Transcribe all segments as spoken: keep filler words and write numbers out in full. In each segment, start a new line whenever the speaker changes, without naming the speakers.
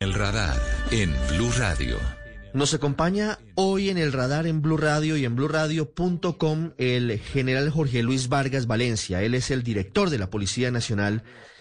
El radar en Blue Radio.
Nos acompaña hoy en el radar en Blue Radio y en blue radio punto com el general Jorge Luis Vargas Valencia. Él es el director de la Policía Nacional,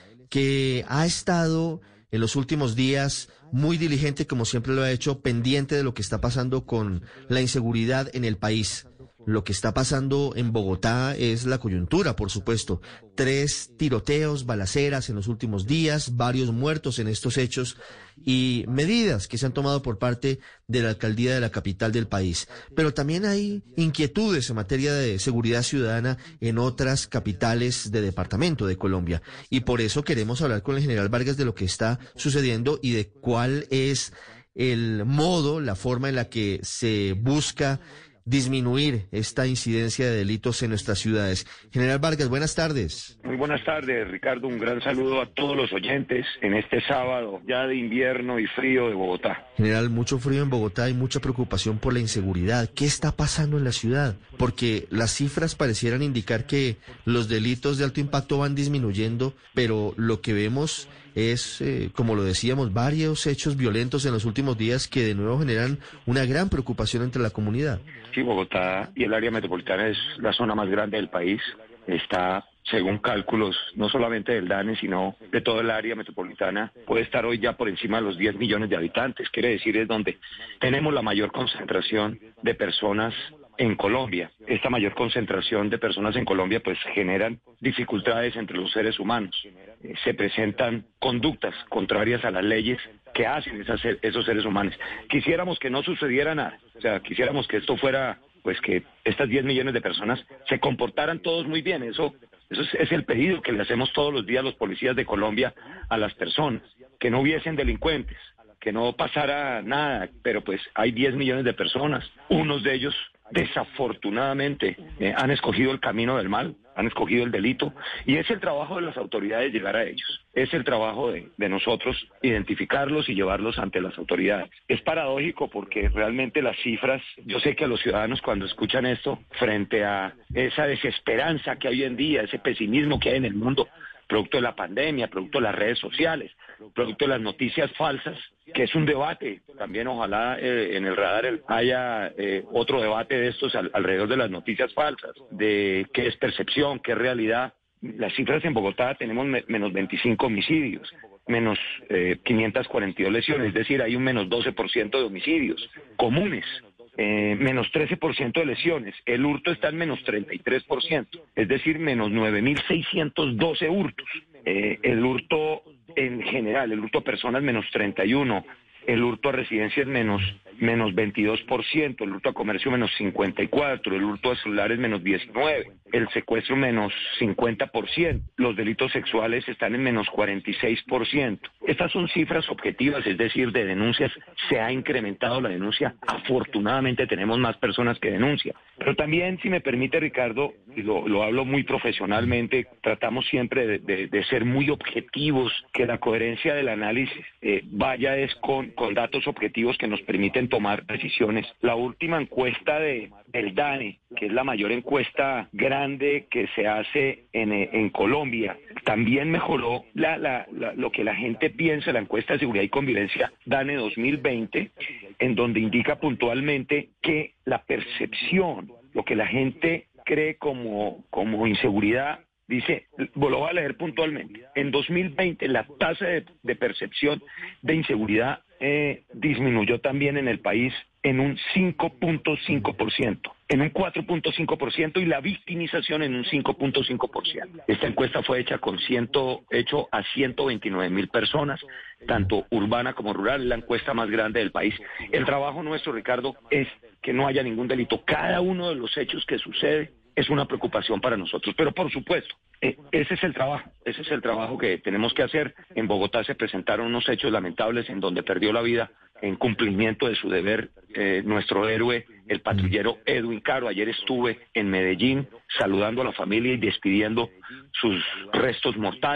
que ha estado en los últimos días muy diligente, como siempre lo ha hecho, pendiente de lo que está pasando con la inseguridad en el país. Lo que está pasando en Bogotá es la coyuntura, por supuesto. Tres tiroteos, balaceras en los últimos días, varios muertos en estos hechos y medidas que se han tomado por parte de la alcaldía de la capital del país. Pero también hay inquietudes en materia de seguridad ciudadana en otras capitales de departamento de Colombia. Y por eso queremos hablar con el general Vargas de lo que está sucediendo y de cuál es el modo, la forma en la que se busca disminuir esta incidencia de delitos en nuestras ciudades. General Vargas, buenas tardes.
Muy buenas tardes, Ricardo. Un gran saludo a todos los oyentes en este sábado ya de invierno y frío de Bogotá.
General, mucho frío en Bogotá y mucha preocupación por la inseguridad. ¿Qué está pasando en la ciudad? Porque las cifras parecieran indicar que los delitos de alto impacto van disminuyendo, pero lo que vemos es, eh, como lo decíamos, varios hechos violentos en los últimos días que de nuevo generan una gran preocupación entre la comunidad.
Sí, Bogotá y el área metropolitana es la zona más grande del país. Está, según cálculos, no solamente del DANE, sino de todo el área metropolitana, puede estar hoy ya por encima de los diez millones de habitantes. Quiere decir, es donde tenemos la mayor concentración de personas en Colombia. Esta mayor concentración de personas en Colombia pues generan dificultades entre los seres humanos. Eh, se presentan conductas contrarias a las leyes que hacen esas, esos seres humanos. Quisiéramos que no sucediera nada, o sea, quisiéramos que esto fuera, pues que estas diez millones de personas se comportaran todos muy bien. Eso, eso es, es el pedido que le hacemos todos los días los policías de Colombia a las personas, que no hubiesen delincuentes, que no pasara nada, pero pues hay diez millones de personas, unos de ellos desafortunadamente eh, han escogido el camino del mal, han escogido el delito, y es el trabajo de las autoridades llegar a ellos, es el trabajo de, de nosotros identificarlos y llevarlos ante las autoridades. Es paradójico porque realmente las cifras, yo sé que a los ciudadanos cuando escuchan esto, frente a esa desesperanza que hay hoy en día, ese pesimismo que hay en el mundo, producto de la pandemia, producto de las redes sociales, producto de las noticias falsas, que es un debate, también ojalá eh, en el radar haya eh, otro debate de estos al, alrededor de las noticias falsas, de qué es percepción, qué es realidad. Las cifras en Bogotá tenemos me, menos veinticinco homicidios, menos eh, quinientas cuarenta y dos lesiones, es decir, hay un menos doce por ciento de homicidios comunes. Eh, menos trece por ciento de lesiones, el hurto está en menos treinta y tres por ciento, es decir, menos nueve mil seiscientos doce hurtos, eh, el hurto en general, el hurto a personas menos treinta y uno, el hurto a residencias menos, menos veintidós por ciento, el hurto a comercio menos cincuenta y cuatro por ciento, el hurto a celulares menos diecinueve por ciento, el secuestro menos cincuenta por ciento, los delitos sexuales están en menos cuarenta y seis por ciento. Estas son cifras objetivas, es decir, de denuncias, se ha incrementado la denuncia, afortunadamente tenemos más personas que denuncian. Pero también, si me permite, Ricardo, y lo, lo hablo muy profesionalmente, tratamos siempre de, de, de ser muy objetivos, que la coherencia del análisis eh, vaya es con, con datos objetivos que nos permiten tomar decisiones. La última encuesta de, del DANE, que es la mayor encuesta grande que se hace en, en Colombia, también mejoró la, la, la, lo que la gente piensa, la encuesta de seguridad y convivencia DANE dos mil veinte, en donde indica puntualmente que la percepción, lo que la gente cree como, como inseguridad, dice, lo voy a leer puntualmente, en dos mil veinte la tasa de, de percepción de inseguridad eh, disminuyó también en el país en un cinco punto cinco por ciento, en un cuatro punto cinco por ciento y la victimización en un cinco punto cinco por ciento. Esta encuesta fue hecha con ciento, hecho a ciento veintinueve mil personas, tanto urbana como rural, es la encuesta más grande del país. El trabajo nuestro, Ricardo, es que no haya ningún delito. Cada uno de los hechos que sucede es una preocupación para nosotros, pero por supuesto, eh, ese es el trabajo, ese es el trabajo que tenemos que hacer. En Bogotá se presentaron unos hechos lamentables en donde perdió la vida en cumplimiento de su deber eh, nuestro héroe, el patrullero Edwin Caro. Ayer estuve en Medellín saludando a la familia y despidiendo sus restos mortales.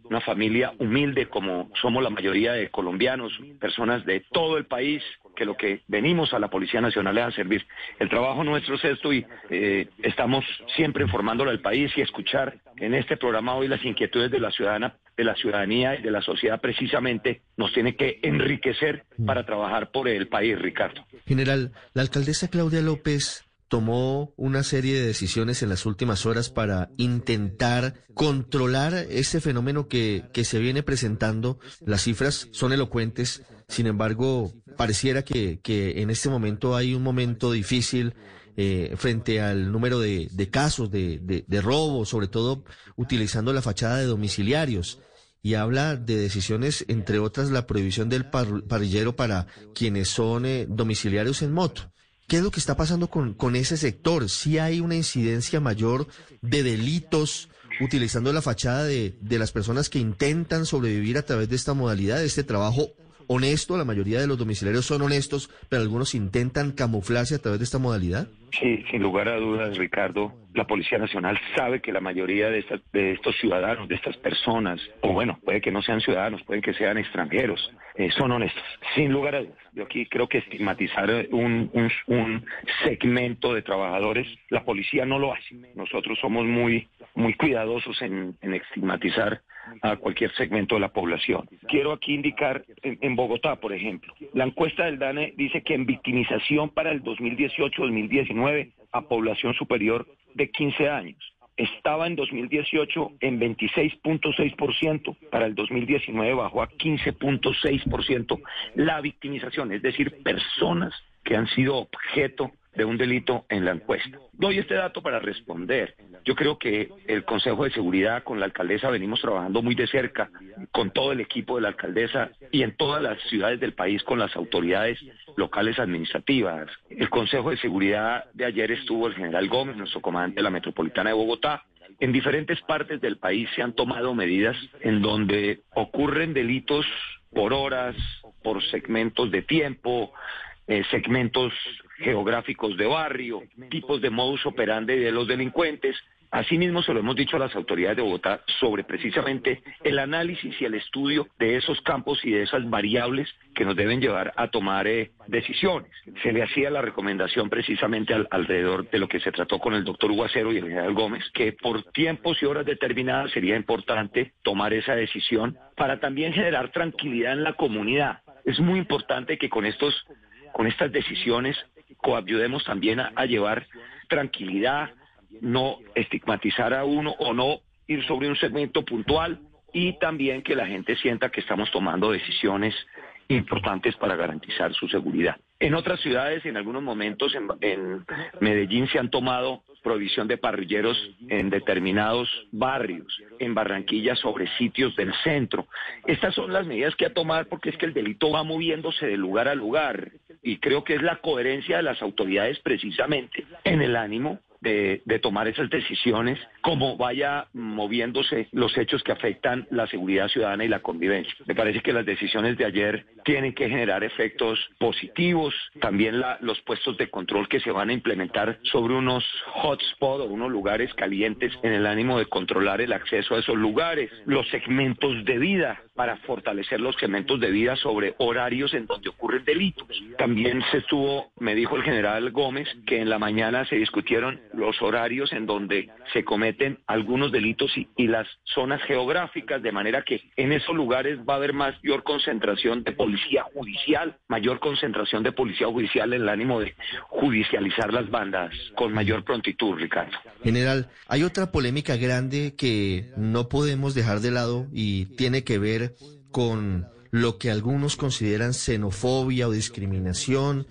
una familia humilde como somos la mayoría de colombianos, personas de todo el país, que lo que venimos a la Policía Nacional es a servir. El trabajo nuestro es esto y eh, estamos siempre informándolo al país y escuchar en este programa hoy las inquietudes de la ciudadana, de la ciudadanía y de la sociedad precisamente nos tiene que enriquecer para trabajar por el país, Ricardo.
General, la alcaldesa Claudia López tomó una serie de decisiones en las últimas horas para intentar controlar este fenómeno que, que se viene presentando. Las cifras son elocuentes, sin embargo, pareciera que, que en este momento hay un momento difícil eh, frente al número de, de casos de, de, de robo, sobre todo utilizando la fachada de domiciliarios. Y habla de decisiones, entre otras, la prohibición del par, parrillero para quienes son eh, domiciliarios en moto. ¿Qué es lo que está pasando con, con ese sector? ¿Sí hay una incidencia mayor de delitos utilizando la fachada de, de las personas que intentan sobrevivir a través de esta modalidad, de este trabajo honesto? La mayoría de los domiciliarios son honestos, pero algunos intentan camuflarse a través de esta modalidad.
Sí, sin lugar a dudas, Ricardo, la Policía Nacional sabe que la mayoría de, estas, de estos ciudadanos, de estas personas, o bueno, puede que no sean ciudadanos, pueden que sean extranjeros, eh, son honestos, sin lugar a dudas. Yo aquí creo que estigmatizar un, un, un segmento de trabajadores, la policía no lo hace. Nosotros somos muy, muy cuidadosos en, en estigmatizar a cualquier segmento de la población. Quiero aquí indicar, en, en Bogotá, por ejemplo, la encuesta del DANE dice que en victimización para el dos mil dieciocho dos mil diecinueve a población superior de quince años. Estaba en dos mil dieciocho en veintiséis punto seis por ciento, para el dos mil diecinueve bajó a quince punto seis por ciento la victimización, es decir, personas que han sido objeto de un delito en la encuesta. Doy este dato para responder. Yo creo que el Consejo de Seguridad con la alcaldesa venimos trabajando muy de cerca con todo el equipo de la alcaldesa y en todas las ciudades del país con las autoridades locales administrativas. El Consejo de Seguridad de ayer estuvo el general Gómez, nuestro comandante de la Metropolitana de Bogotá. En diferentes partes del país se han tomado medidas en donde ocurren delitos por horas, por segmentos de tiempo, eh, segmentos geográficos de barrio, tipos de modus operandi de los delincuentes. Asimismo, se lo hemos dicho a las autoridades de Bogotá sobre precisamente el análisis y el estudio de esos campos y de esas variables que nos deben llevar a tomar eh, decisiones. Se le hacía la recomendación precisamente al, alrededor de lo que se trató con el doctor Guacero y el general Gómez, que por tiempos y horas determinadas sería importante tomar esa decisión para también generar tranquilidad en la comunidad. Es muy importante que con estos, con estas decisiones coayudemos también a, a llevar tranquilidad, no estigmatizar a uno o no ir sobre un segmento puntual y también que la gente sienta que estamos tomando decisiones importantes para garantizar su seguridad. En otras ciudades, en algunos momentos, en, en Medellín se han tomado prohibición de parrilleros en determinados barrios, en Barranquilla sobre sitios del centro. Estas son las medidas que hay que tomar porque es que el delito va moviéndose de lugar a lugar y creo que es la coherencia de las autoridades precisamente en el ánimo De, de tomar esas decisiones, como vaya moviéndose los hechos que afectan la seguridad ciudadana y la convivencia. Me parece que las decisiones de ayer tienen que generar efectos positivos, también la, los puestos de control que se van a implementar sobre unos hotspots o unos lugares calientes en el ánimo de controlar el acceso a esos lugares, los segmentos de vida, para fortalecer los segmentos de vida sobre horarios en donde ocurren delitos. También se estuvo, me dijo el general Gómez, que en la mañana se discutieron los horarios en donde se cometen algunos delitos y, y las zonas geográficas, de manera que en esos lugares va a haber mayor concentración de policía judicial, mayor concentración de policía judicial en el ánimo de judicializar las bandas con mayor prontitud, Ricardo.
General, hay otra polémica grande que no podemos dejar de lado y tiene que ver con lo que algunos consideran xenofobia o discriminación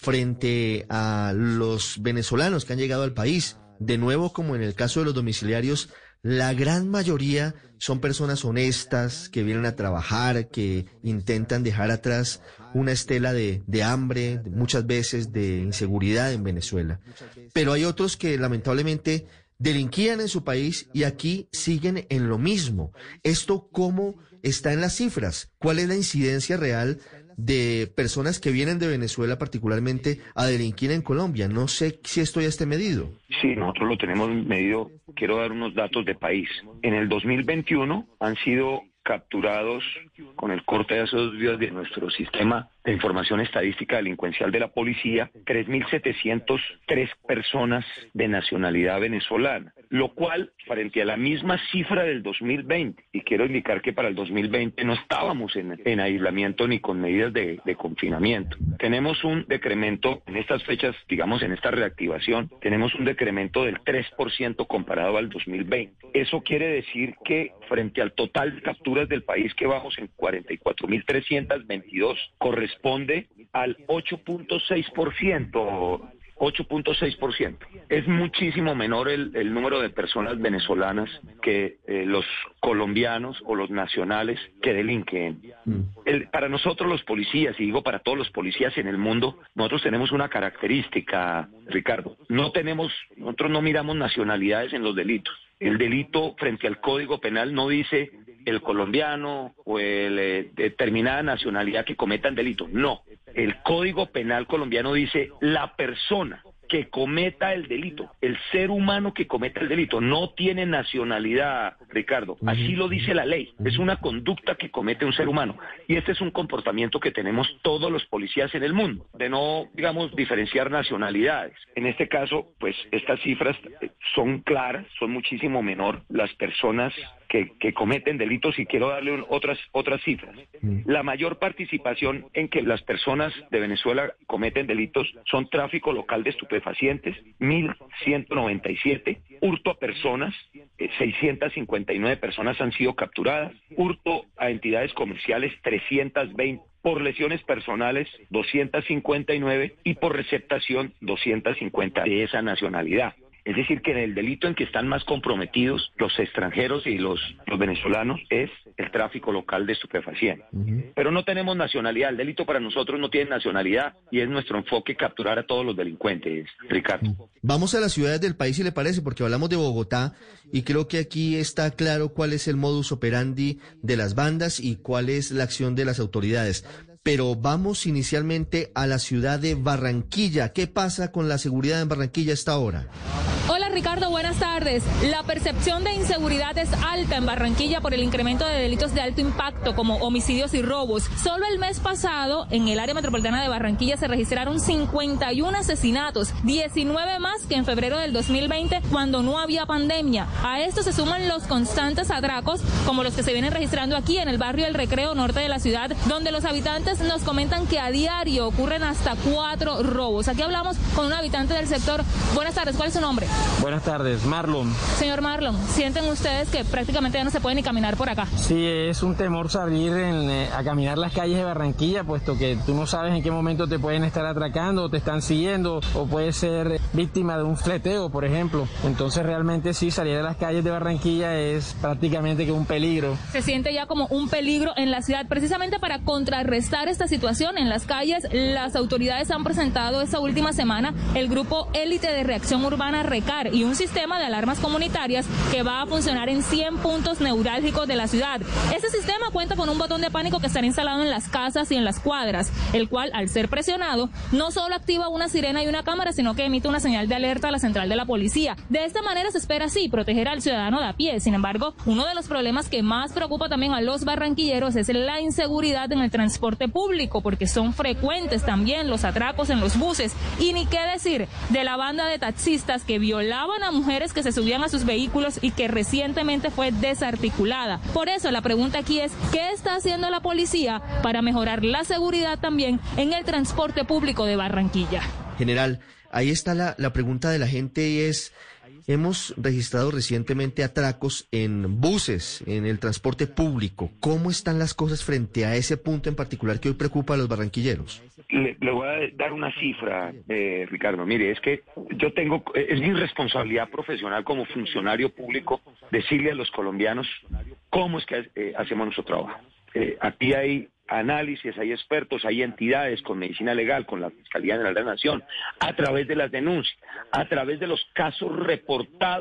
frente a los venezolanos que han llegado al país. De nuevo, como en el caso de los domiciliarios, la gran mayoría son personas honestas que vienen a trabajar, que intentan dejar atrás una estela de, de hambre, muchas veces de inseguridad en Venezuela. Pero hay otros que lamentablemente delinquían en su país y aquí siguen en lo mismo. ¿Esto cómo está en las cifras? ¿Cuál es la incidencia real de personas que vienen de Venezuela particularmente a delinquir en Colombia? No sé si esto ya esté medido.
Sí, nosotros lo tenemos medido. Quiero dar unos datos de país. En el dos mil veintiuno han sido capturados con el corte de esos vías de nuestro sistema de información estadística delincuencial de la policía, tres mil setecientas tres personas de nacionalidad venezolana, lo cual frente a la misma cifra del dos mil veinte, y quiero indicar que para el dos mil veinte no estábamos en, en aislamiento ni con medidas de, de confinamiento. Tenemos un decremento en estas fechas, digamos en esta reactivación, tenemos un decremento del tres por ciento comparado al dos mil veinte. Eso quiere decir que frente al total de capturas del país, que vamos en cuarenta y cuatro mil trescientas veintidós, corresponde al ocho punto seis por ciento. ocho punto seis por ciento. Es muchísimo menor el, el número de personas venezolanas que eh, los colombianos o los nacionales que delinquen. Mm. El, para nosotros los policías, y digo para todos los policías en el mundo, nosotros tenemos una característica, Ricardo. No tenemos, nosotros no miramos nacionalidades en los delitos. El delito frente al Código Penal no dice el colombiano o el eh, determinada nacionalidad que cometan delito. No. El Código Penal colombiano dice la persona que cometa el delito, el ser humano que cometa el delito, no tiene nacionalidad, Ricardo. Así lo dice la ley. Es una conducta que comete un ser humano. Y este es un comportamiento que tenemos todos los policías en el mundo, de no, digamos, diferenciar nacionalidades. En este caso, pues, estas cifras son claras, son muchísimo menor las personas que, que cometen delitos, y quiero darle un, otras, otras cifras. La mayor participación en que las personas de Venezuela cometen delitos son tráfico local de estupefacientes, mil ciento noventa y siete, hurto a personas, eh, seiscientas cincuenta y nueve personas han sido capturadas, hurto a entidades comerciales, trescientas veinte, por lesiones personales, doscientas cincuenta y nueve, y por receptación, doscientas cincuenta de esa nacionalidad. Es decir, que en el delito en que están más comprometidos los extranjeros y los, los venezolanos es el tráfico local de estupefacientes. Uh-huh. Pero no tenemos nacionalidad. El delito para nosotros no tiene nacionalidad, y es nuestro enfoque capturar a todos los delincuentes, Ricardo.
Vamos a las ciudades del país, si le parece, porque hablamos de Bogotá y creo que aquí está claro cuál es el modus operandi de las bandas y cuál es la acción de las autoridades. Pero vamos inicialmente a la ciudad de Barranquilla. ¿Qué pasa con la seguridad en Barranquilla a esta hora?
Hola Ricardo, buenas tardes. La percepción de inseguridad es alta en Barranquilla por el incremento de delitos de alto impacto como homicidios y robos. Solo el mes pasado, en el área metropolitana de Barranquilla se registraron cincuenta y uno asesinatos, diecinueve más que en febrero del dos mil veinte, cuando no había pandemia. A esto se suman los constantes atracos, como los que se vienen registrando aquí en el barrio El Recreo norte de la ciudad, donde los habitantes nos comentan que a diario ocurren hasta cuatro robos. Aquí hablamos con un habitante del sector. Buenas tardes, ¿cuál es su nombre?
Buenas tardes, Marlon.
Señor Marlon, ¿sienten ustedes que prácticamente ya no se puede ni caminar por acá?
Sí, es un temor salir en, eh, a caminar las calles de Barranquilla, puesto que tú no sabes en qué momento te pueden estar atracando, o te están siguiendo, o puedes ser víctima de un fleteo, por ejemplo. Entonces realmente sí, salir a las calles de Barranquilla es prácticamente que un peligro.
Se siente ya como un peligro en la ciudad. Precisamente para contrarrestar esta situación en las calles, las autoridades han presentado esta última semana el grupo Élite de Reacción Urbana RECAR y un sistema de alarmas comunitarias que va a funcionar en cien puntos neurálgicos de la ciudad. Este sistema cuenta con un botón de pánico que estará instalado en las casas y en las cuadras, el cual, al ser presionado, no solo activa una sirena y una cámara, sino que emite una señal de alerta a la central de la policía. De esta manera se espera así proteger al ciudadano de a pie. Sin embargo, uno de los problemas que más preocupa también a los barranquilleros es la inseguridad en el transporte público, porque son frecuentes también los atracos en los buses, y ni qué decir de la banda de taxistas que violaban a mujeres que se subían a sus vehículos y que recientemente fue desarticulada. Por eso la pregunta aquí es, ¿qué está haciendo la policía para mejorar la seguridad también en el transporte público de Barranquilla?
General, ahí está la, la pregunta de la gente, y es: hemos registrado recientemente atracos en buses, en el transporte público. ¿Cómo están las cosas frente a ese punto en particular que hoy preocupa a los barranquilleros?
Le, le voy a dar una cifra, eh, Ricardo. Mire, es que yo tengo, es mi responsabilidad profesional como funcionario público decirle a los colombianos cómo es que eh, hacemos nuestro trabajo. Eh, aquí hay análisis, hay expertos, hay entidades con medicina legal, con la Fiscalía General de la Nación, a través de las denuncias, a través de los casos reportados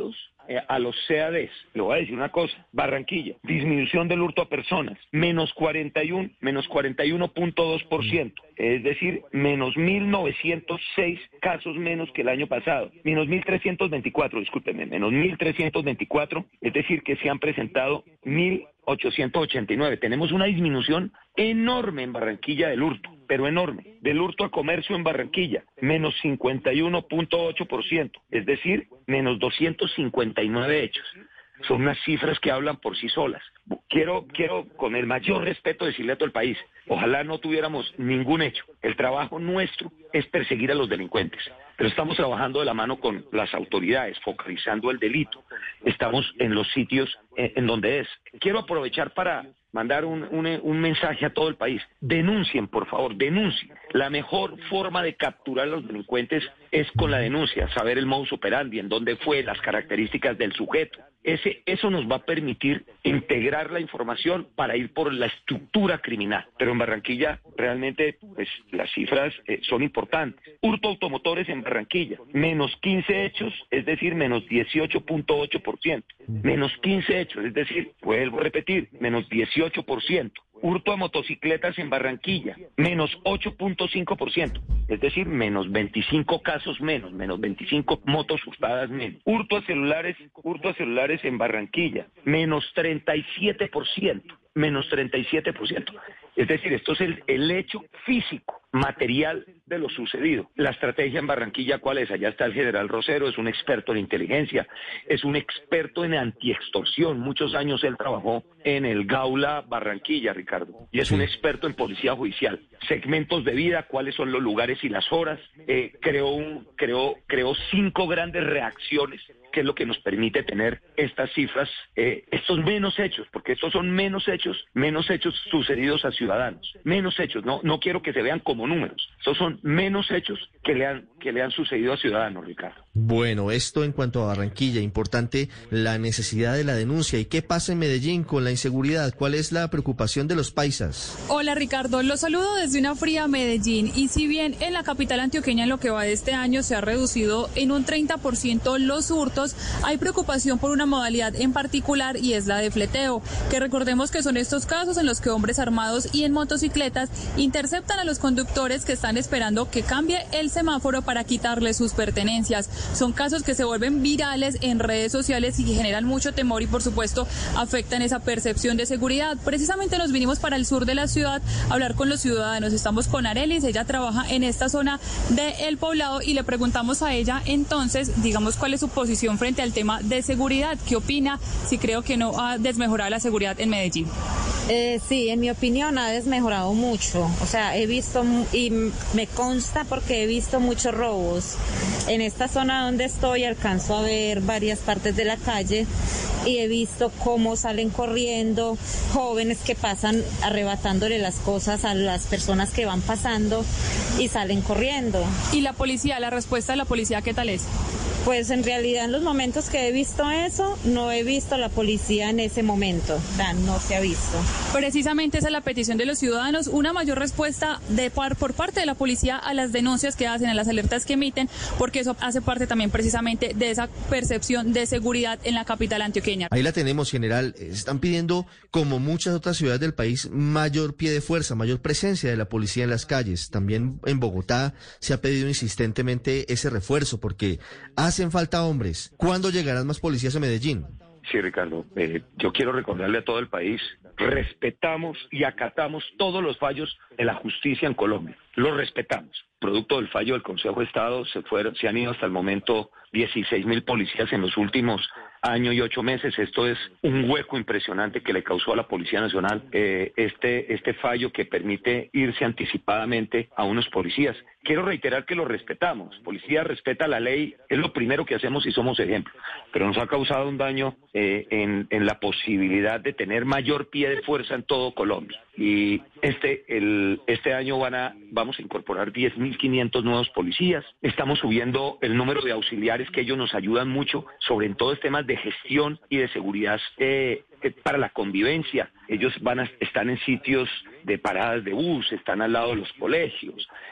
eh, a los C A Ds. Le voy a decir una cosa, Barranquilla, disminución del hurto a personas, menos cuarenta y uno, menos cuarenta y uno punto dos por ciento, es decir, menos mil novecientos seis casos menos que el año pasado, menos mil trescientos veinticuatro, discúlpeme, menos mil trescientos veinticuatro, es decir, que se han presentado mil ochocientos ochenta y nueve. Tenemos una disminución enorme en Barranquilla del hurto, pero enorme. Del hurto a comercio en Barranquilla, menos cincuenta y uno punto ocho por ciento, es decir, menos doscientos cincuenta y nueve hechos. Son unas cifras que hablan por sí solas. Quiero, quiero con el mayor respeto decirle a todo el país, ojalá no tuviéramos ningún hecho. El trabajo nuestro es perseguir a los delincuentes, pero estamos trabajando de la mano con las autoridades, focalizando el delito. Estamos en los sitios en, en donde es. Quiero aprovechar para mandar un, un, un mensaje a todo el país. Denuncien, por favor, denuncien. La mejor forma de capturar a los delincuentes es con la denuncia, saber el modus operandi, en dónde fue, las características del sujeto. Ese, eso nos va a permitir integrar la información para ir por la estructura criminal. Pero en Barranquilla realmente pues, las cifras eh, son importantes. Hurto automotores en Barranquilla, menos quince hechos, es decir, menos dieciocho punto ocho por ciento. Menos quince hechos, es decir, vuelvo a repetir, menos dieciocho por ciento. Hurto a motocicletas en Barranquilla, menos ocho punto cinco por ciento, es decir, menos veinticinco casos menos, menos veinticinco motos hurtadas menos. Hurto a celulares, hurto a celulares en Barranquilla, menos treinta y siete por ciento, menos treinta y siete por ciento. Es decir, esto es el, el hecho físico, material de lo sucedido. La estrategia en Barranquilla, ¿cuál es? Allá está el general Rosero, es un experto en inteligencia, es un experto en antiextorsión. Muchos años él trabajó en el Gaula Barranquilla, Ricardo, y es un experto en policía judicial. Segmentos de vida, cuáles son los lugares y las horas. Eh, creó, un, creó, creó cinco grandes reacciones, que es lo que nos permite tener estas cifras, eh, estos menos hechos, porque estos son menos hechos, menos hechos sucedidos a ciudadanos, menos hechos, no, no quiero que se vean como números, estos son menos hechos que le han, que le han sucedido a ciudadanos, Ricardo.
Bueno, esto en cuanto a Barranquilla, importante la necesidad de la denuncia. ¿Y qué pasa en Medellín con la inseguridad? ¿Cuál es la preocupación de los paisas?
Hola Ricardo, los saludo desde una fría Medellín, y si bien en la capital antioqueña en lo que va de este año se ha reducido en un treinta por ciento los hurtos, hay preocupación por una modalidad en particular y es la de fleteo, que recordemos que son estos casos en los que hombres armados y en motocicletas interceptan a los conductores que están esperando que cambie el semáforo para quitarles sus pertenencias. Son casos que se vuelven virales en redes sociales y generan mucho temor y por supuesto afectan esa percepción de seguridad. Precisamente nos vinimos para el sur de la ciudad a hablar con los ciudadanos. Estamos con Arelis, ella trabaja en esta zona del Poblado y le preguntamos a ella entonces, digamos, cuál es su posición frente al tema de seguridad. ¿Qué opina? Si creo que no ha desmejorado la seguridad en Medellín.
Eh, sí, en mi opinión ha desmejorado mucho. O sea, he visto y me consta porque he visto muchos robos. En esta zona donde estoy alcanzo a ver varias partes de la calle y he visto cómo salen corriendo jóvenes que pasan arrebatándole las cosas a las personas que van pasando y salen corriendo.
¿Y la policía, la respuesta de la policía qué tal es?
Pues en realidad en los momentos que he visto eso, no he visto a la policía en ese momento, o sea, no se ha visto.
Precisamente esa es la petición de los ciudadanos, una mayor respuesta de par, por parte de la policía a las denuncias que hacen, a las alertas que emiten, porque eso hace parte también precisamente de esa percepción de seguridad en la capital antioqueña.
Ahí la tenemos, general. Están pidiendo, como muchas otras ciudades del país, mayor pie de fuerza, mayor presencia de la policía en las calles. También en Bogotá se ha pedido insistentemente ese refuerzo, porque hacen falta hombres. ¿Cuándo llegarán más policías a Medellín?
Sí, Ricardo, eh, yo quiero recordarle a todo el país, respetamos y acatamos todos los fallos de la justicia en Colombia, los respetamos. Producto del fallo del Consejo de Estado se fueron, se han ido hasta el momento dieciséis mil policías en los últimos año y ocho meses. Esto es un hueco impresionante que le causó a la Policía Nacional eh, este, este fallo que permite irse anticipadamente a unos policías. Quiero reiterar que lo respetamos. Policía respeta la ley, es lo primero que hacemos y somos ejemplo. Pero nos ha causado un daño eh, en, en la posibilidad de tener mayor pie de fuerza en todo Colombia. Y este, el, este año van a, vamos a incorporar diez mil quinientos nuevos policías. Estamos subiendo el número de auxiliares, que ellos nos ayudan mucho, sobre todo en temas de gestión y de seguridad eh, para la convivencia. Ellos van a, están en sitios de paradas de bus, están al lado de los colegios,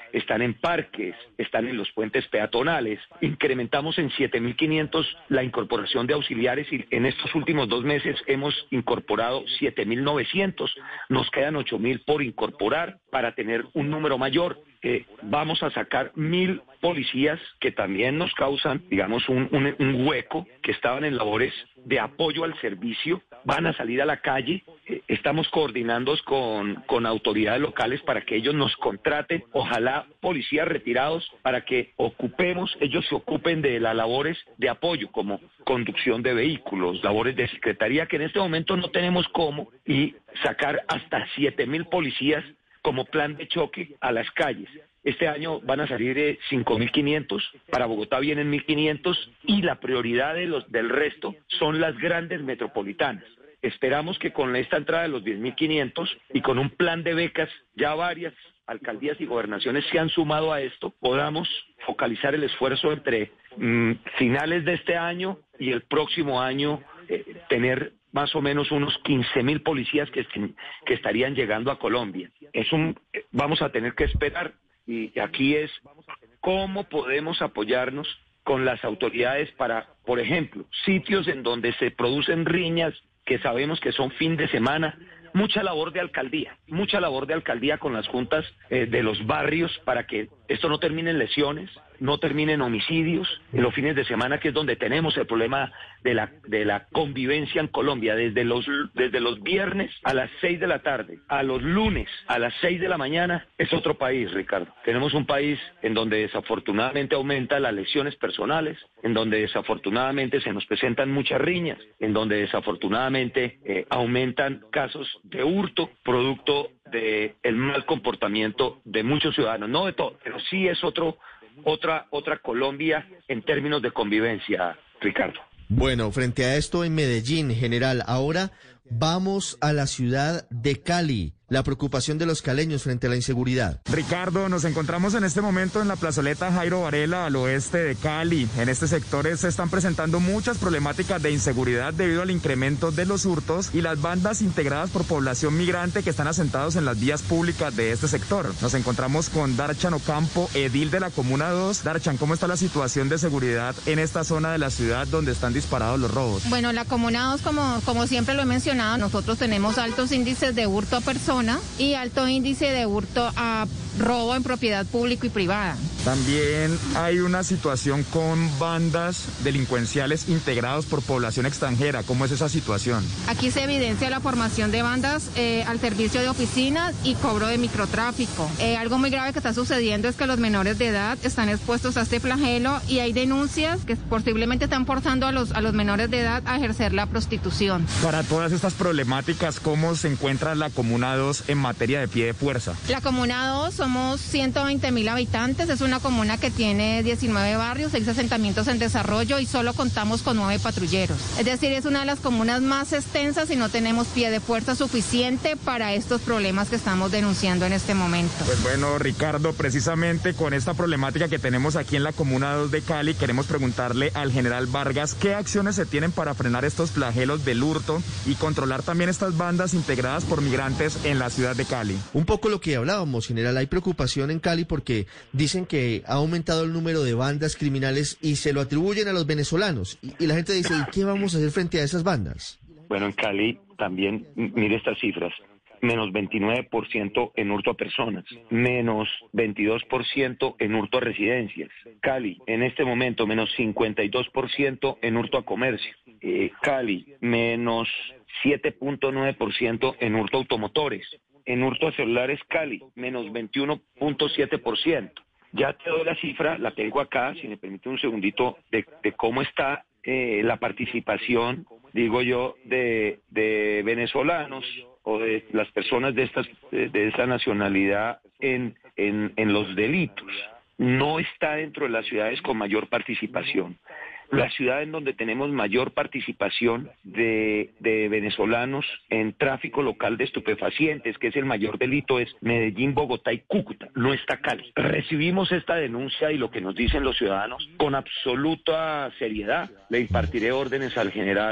están en parques, están en los puentes peatonales. Incrementamos en siete mil quinientos la incorporación de auxiliares y en estos últimos dos meses hemos incorporado siete mil novecientos. Nos quedan ocho mil por incorporar para tener un número mayor. Eh, vamos a sacar mil policías que también nos causan, digamos, un, un, un hueco, que estaban en labores de apoyo al servicio, van a salir a la calle. Eh, estamos coordinando con, con autoridades locales para que ellos nos contraten, ojalá policías retirados, para que ocupemos, ellos se ocupen de las labores de apoyo, como conducción de vehículos, labores de secretaría, que en este momento no tenemos cómo, y sacar hasta siete mil policías como plan de choque a las calles. Este año van a salir eh, cinco mil quinientos, para Bogotá vienen mil quinientos y la prioridad de los, del resto son las grandes metropolitanas. Esperamos que con esta entrada de los diez mil quinientos y con un plan de becas, ya varias alcaldías y gobernaciones se han sumado a esto, podamos focalizar el esfuerzo entre mmm, finales de este año y el próximo año, eh, tener más o menos unos quince mil policías que, estén, que estarían llegando a Colombia. Es un, vamos a tener que esperar, y aquí es cómo podemos apoyarnos con las autoridades para, por ejemplo, sitios en donde se producen riñas que sabemos que son fin de semana. Mucha labor de alcaldía, mucha labor de alcaldía con las juntas eh, de los barrios para que esto no termine en lesiones, no termine en homicidios, en los fines de semana, que es donde tenemos el problema de la de la convivencia en Colombia, desde los desde los viernes a las seis de la tarde, a los lunes a las seis de la mañana, es otro país, Ricardo. Tenemos un país en donde desafortunadamente aumenta las lesiones personales, en donde desafortunadamente se nos presentan muchas riñas, en donde desafortunadamente eh, aumentan casos de hurto, producto de el mal comportamiento de muchos ciudadanos, no de todo, pero sí es otro otra otra Colombia en términos de convivencia, Ricardo.
Bueno, frente a esto en Medellín, general, ahora vamos a la ciudad de Cali. La preocupación de los caleños frente a la inseguridad.
Ricardo, nos encontramos en este momento en la plazoleta Jairo Varela, al oeste de Cali. En este sector se están presentando muchas problemáticas de inseguridad debido al incremento de los hurtos y las bandas integradas por población migrante que están asentados en las vías públicas de este sector. Nos encontramos con Darchan Ocampo, edil de la Comuna dos. Darchan, ¿cómo está la situación de seguridad en esta zona de la ciudad donde están disparados los robos?
Bueno, la Comuna dos, como, como siempre lo he mencionado, nosotros tenemos altos índices de hurto a personas y alto índice de hurto a robo en propiedad pública y privada.
También hay una situación con bandas delincuenciales integrados por población extranjera. ¿Cómo es esa situación?
Aquí se evidencia la formación de bandas eh, al servicio de oficinas y cobro de microtráfico. Eh, algo muy grave que está sucediendo es que los menores de edad están expuestos a este flagelo y hay denuncias que posiblemente están forzando a los, a los menores de edad a ejercer la prostitución.
Para todas estas problemáticas, ¿cómo se encuentra la Comuna dos en materia de pie de fuerza?
La Comuna dos somos ciento veinte mil habitantes, es una comuna que tiene diecinueve barrios, seis asentamientos en desarrollo y solo contamos con nueve patrulleros. Es decir, es una de las comunas más extensas y no tenemos pie de fuerza suficiente para estos problemas que estamos denunciando en este momento.
Pues bueno, Ricardo, precisamente con esta problemática que tenemos aquí en la Comuna dos de Cali, queremos preguntarle al general Vargas qué acciones se tienen para frenar estos flagelos del hurto y controlar también estas bandas integradas por migrantes en la ciudad de Cali.
Un poco lo que hablábamos, general, hay preocupación en Cali porque dicen que ha aumentado el número de bandas criminales y se lo atribuyen a los venezolanos. Y, y la gente dice, ¿y qué vamos a hacer frente a esas bandas?
Bueno, en Cali también, mire estas cifras, menos veintinueve por ciento en hurto a personas, menos veintidós por ciento en hurto a residencias. Cali, en este momento, menos cincuenta y dos por ciento en hurto a comercio. Eh, Cali, menos siete punto nueve por ciento en hurto a automotores. En hurto a celulares, Cali, menos veintiuno punto siete por ciento. Ya te doy la cifra, la tengo acá, si me permite un segundito, de, de cómo está eh, la participación, digo yo, de, de venezolanos o de las personas de estas de, de esa nacionalidad en, en, en los delitos. No está dentro de las ciudades con mayor participación. La ciudad en donde tenemos mayor participación de, de venezolanos en tráfico local de estupefacientes, que es el mayor delito, es Medellín, Bogotá y Cúcuta. No está Cali. Recibimos esta denuncia y lo que nos dicen los ciudadanos con absoluta seriedad. Le impartiré órdenes al general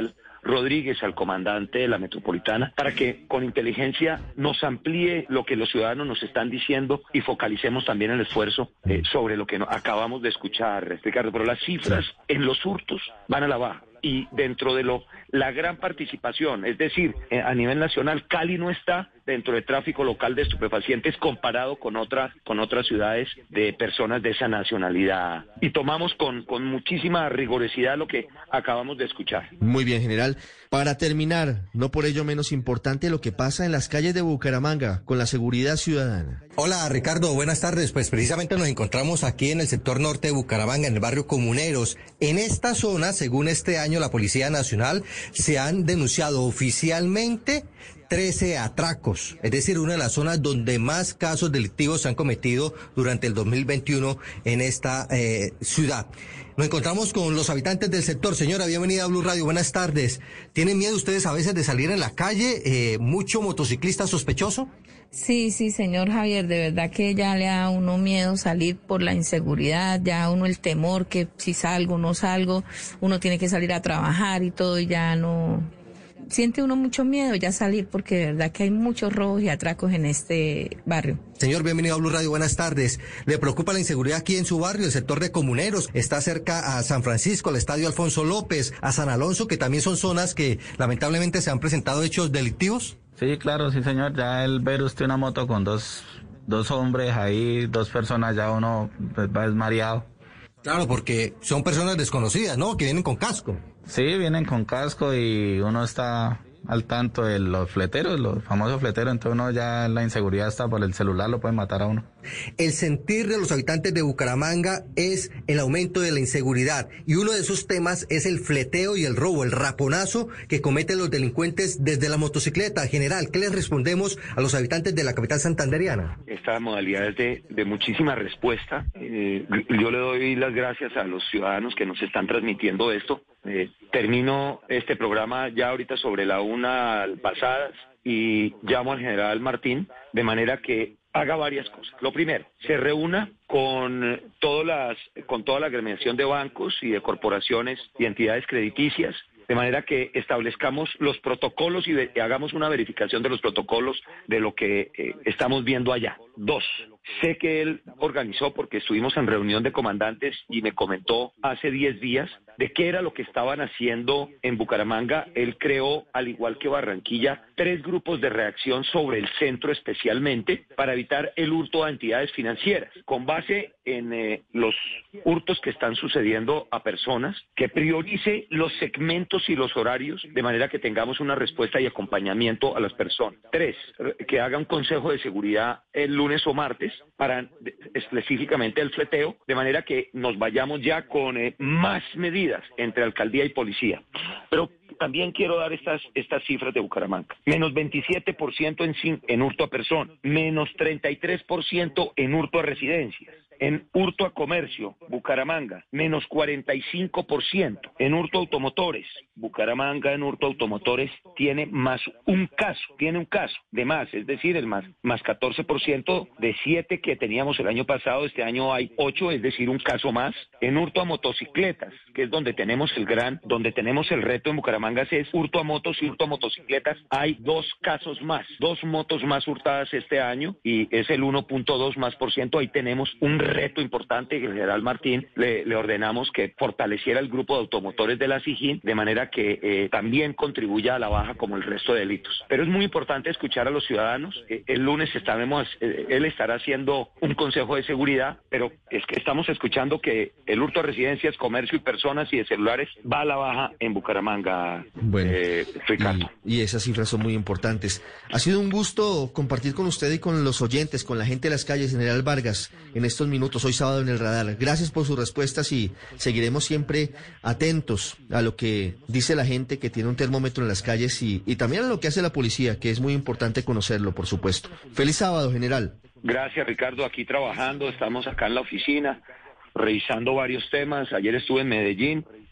Rodríguez, al comandante de la Metropolitana, para que con inteligencia nos amplíe lo que los ciudadanos nos están diciendo y focalicemos también el esfuerzo eh, sobre lo que no, acabamos de escuchar, Ricardo. Pero las cifras en los hurtos van a la baja. Y dentro de lo la gran participación, es decir, eh, a nivel nacional, Cali no está dentro del tráfico local de estupefacientes comparado con otras con otras ciudades de personas de esa nacionalidad. Y tomamos con, con muchísima rigurosidad lo que acabamos de escuchar.
Muy bien, general. Para terminar, no por ello menos importante, lo que pasa en las calles de Bucaramanga con la seguridad ciudadana.
Hola, Ricardo, buenas tardes. Pues precisamente nos encontramos aquí en el sector norte de Bucaramanga, en el barrio Comuneros. En esta zona, según este año, la Policía Nacional se han denunciado oficialmente trece atracos, es decir, una de las zonas donde más casos delictivos se han cometido durante el dos mil veintiuno en esta eh, ciudad. Nos encontramos con los habitantes del sector. Señora, bienvenida a Blue Radio, buenas tardes. ¿Tienen miedo ustedes a veces de salir en la calle? Eh, ¿Mucho motociclista sospechoso?
Sí, sí, señor Javier, de verdad que ya le da a uno miedo salir por la inseguridad, ya a uno el temor que si salgo o no salgo, uno tiene que salir a trabajar y todo y ya no... Siente uno mucho miedo ya salir porque de verdad que hay muchos robos y atracos en este barrio.
Señor, bienvenido a Blue Radio, buenas tardes. ¿Le preocupa la inseguridad aquí en su barrio, el sector de Comuneros? Está cerca a San Francisco, al Estadio Alfonso López, a San Alonso, que también son zonas que lamentablemente se han presentado hechos delictivos.
Sí, claro, sí, señor. Ya el ver usted una moto con dos, dos hombres ahí, dos personas, ya uno pues, va desmareado.
Claro, porque son personas desconocidas, ¿no? Que vienen con casco.
Sí, vienen con casco y uno está al tanto de los fleteros, los famosos fleteros, entonces uno ya la inseguridad está por el celular, lo pueden matar a uno.
El sentir de los habitantes de Bucaramanga es el aumento de la inseguridad y uno de esos temas es el fleteo y el robo, el raponazo que cometen los delincuentes desde la motocicleta. General, ¿qué les respondemos a los habitantes de la capital santanderiana?
Esta modalidad es de, de muchísima respuesta. Eh, yo le doy las gracias a los ciudadanos que nos están transmitiendo esto. Eh, termino este programa ya ahorita sobre la una pasadas y llamo al general Martín de manera que haga varias cosas. Lo primero, se reúna con todas las, con toda la agremiación de bancos y de corporaciones y entidades crediticias, de manera que establezcamos los protocolos y, ve, y hagamos una verificación de los protocolos de lo que eh, estamos viendo allá. Dos, sé que él organizó, porque estuvimos en reunión de comandantes y me comentó hace diez días de qué era lo que estaban haciendo en Bucaramanga. Él creó, al igual que Barranquilla, tres grupos de reacción sobre el centro especialmente para evitar el hurto a entidades financieras, con base en eh, los hurtos que están sucediendo a personas, que priorice los segmentos y los horarios de manera que tengamos una respuesta y acompañamiento a las personas. Tres, que haga un consejo de seguridad el lunes o martes para específicamente el fleteo, de manera que nos vayamos ya con eh, más medidas entre alcaldía y policía. Pero también quiero dar estas estas cifras de Bucaramanga. Menos veintisiete por ciento en, en hurto a personas, menos treinta y tres por ciento en hurto a residencias. En hurto a comercio, Bucaramanga, menos cuarenta y cinco por ciento. En hurto a automotores, Bucaramanga en hurto a automotores tiene más un caso, tiene un caso de más, es decir, el más, más catorce por ciento de siete que teníamos el año pasado, este año hay ocho, es decir, un caso más. En hurto a motocicletas, que es donde tenemos el gran, donde tenemos el reto en Bucaramanga, es hurto a motos y hurto a motocicletas, hay dos casos más, dos motos más hurtadas este año y es el uno punto dos más por ciento, ahí tenemos un reto importante que el general Martín le, le ordenamos que fortaleciera el grupo de automotores de la SIJIN de manera que eh, también contribuya a la baja como el resto de delitos. Pero es muy importante escuchar a los ciudadanos. Eh, el lunes estaremos, eh, él estará haciendo un consejo de seguridad, pero es que estamos escuchando que el hurto a residencias, comercio y personas y de celulares va a la baja en Bucaramanga,
bueno,
eh, Ricardo.
Y, y esas cifras son muy importantes. Ha sido un gusto compartir con usted y con los oyentes, con la gente de las calles, general Vargas, en estos minutos. Hoy sábado en el radar. Gracias por sus respuestas y seguiremos siempre atentos a lo que dice la gente que tiene un termómetro en las calles y, y también a lo que hace la policía, que es muy importante conocerlo, por supuesto. Feliz sábado, general.
Gracias, Ricardo. Aquí trabajando, estamos acá en la oficina, revisando varios temas. Ayer estuve en Medellín,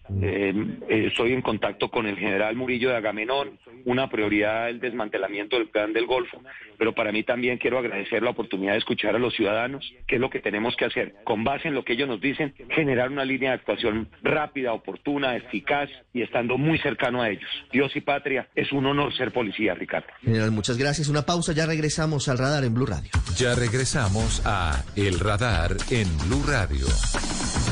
Eh, eh, estoy en contacto con el general Murillo de Agamenón, una prioridad el desmantelamiento del plan del Golfo, pero para mí también quiero agradecer la oportunidad de escuchar a los ciudadanos, qué es lo que tenemos que hacer, con base en lo que ellos nos dicen, generar una línea de actuación rápida, oportuna, eficaz y estando muy cercano a ellos. Dios y patria, es un honor ser policía, Ricardo.
General, muchas gracias. Una pausa, ya regresamos al Radar en Blue Radio.
Ya regresamos a El Radar en Blue Radio.